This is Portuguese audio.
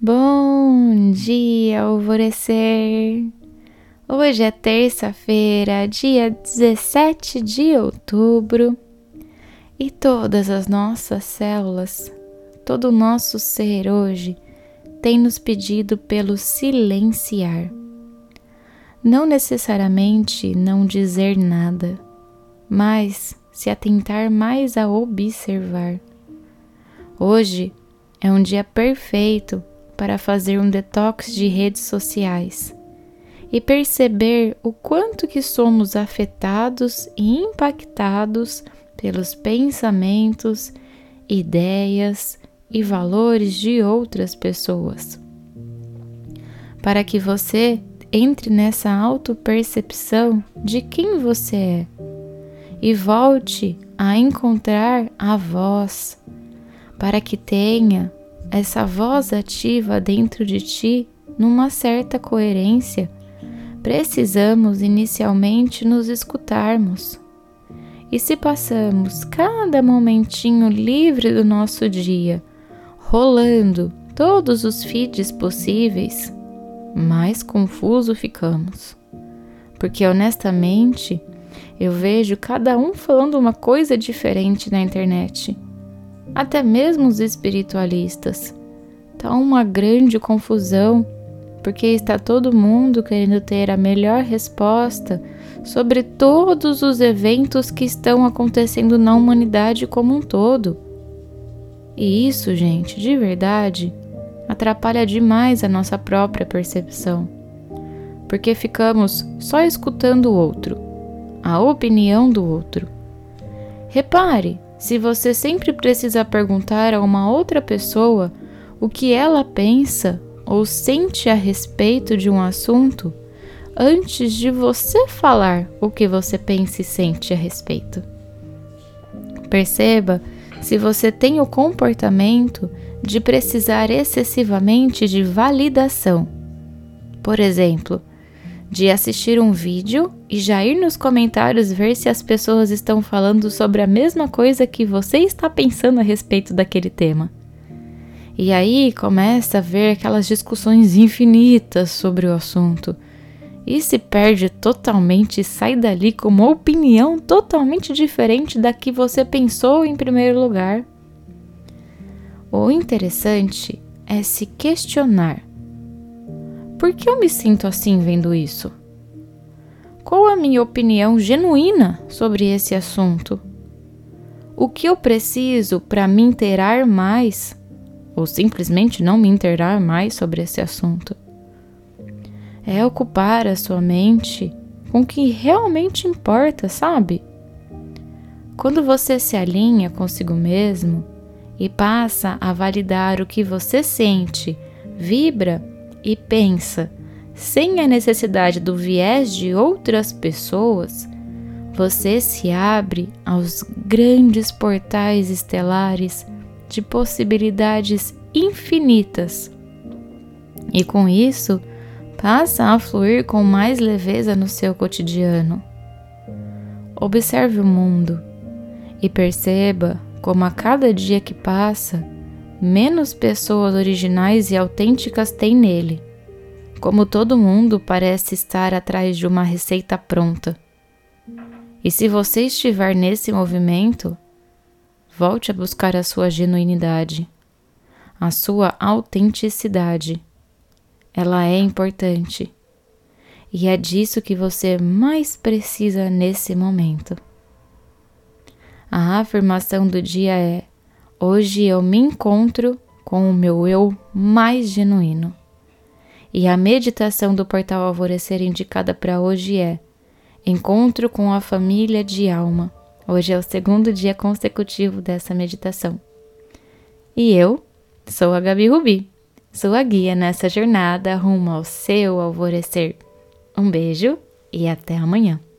Bom dia, alvorecer! Hoje é terça-feira, dia 17 de outubro, e todas as nossas células, todo o nosso ser hoje tem nos pedido pelo silenciar. Não necessariamente não dizer nada, mas se atentar mais a observar. Hoje é um dia perfeito para fazer um detox de redes sociais e perceber o quanto que somos afetados e impactados pelos pensamentos, ideias e valores de outras pessoas. Para que você entre nessa autopercepção de quem você é e volte a encontrar a voz, para que tenha essa voz ativa dentro de ti numa certa coerência, precisamos inicialmente nos escutarmos. E se passamos cada momentinho livre do nosso dia, rolando todos os feeds possíveis, mais confuso ficamos. Porque honestamente, eu vejo cada um falando uma coisa diferente na internet. Até mesmo os espiritualistas. Tá uma grande confusão, porque está todo mundo querendo ter a melhor resposta sobre todos os eventos que estão acontecendo na humanidade como um todo. E isso, gente, de verdade, atrapalha demais a nossa própria percepção, porque ficamos só escutando o outro, a opinião do outro. Repare, se você sempre precisa perguntar a uma outra pessoa o que ela pensa ou sente a respeito de um assunto, antes de você falar o que você pensa e sente a respeito. Perceba se você tem o comportamento de precisar excessivamente de validação. Por exemplo, de assistir um vídeo e já ir nos comentários ver se as pessoas estão falando sobre a mesma coisa que você está pensando a respeito daquele tema. E aí começa a ver aquelas discussões infinitas sobre o assunto e se perde totalmente e sai dali com uma opinião totalmente diferente da que você pensou em primeiro lugar. O interessante é se questionar. Por que eu me sinto assim vendo isso? Qual a minha opinião genuína sobre esse assunto? O que eu preciso para me inteirar mais, ou simplesmente não me inteirar mais sobre esse assunto? É ocupar a sua mente com o que realmente importa, sabe? Quando você se alinha consigo mesmo e passa a validar o que você sente, vibra e pensa, sem a necessidade do viés de outras pessoas, você se abre aos grandes portais estelares de possibilidades infinitas. E com isso, passa a fluir com mais leveza no seu cotidiano. Observe o mundo e perceba como a cada dia que passa, menos pessoas originais e autênticas tem nele. Como todo mundo parece estar atrás de uma receita pronta. E se você estiver nesse movimento, volte a buscar a sua genuinidade, a sua autenticidade. Ela é importante. E é disso que você mais precisa nesse momento. A afirmação do dia é: hoje eu me encontro com o meu eu mais genuíno. E a meditação do Portal Alvorecer indicada para hoje é: encontro com a família de alma. Hoje é o segundo dia consecutivo dessa meditação. E eu sou a Gabi Rubi, sua guia nessa jornada rumo ao seu alvorecer. Um beijo e até amanhã.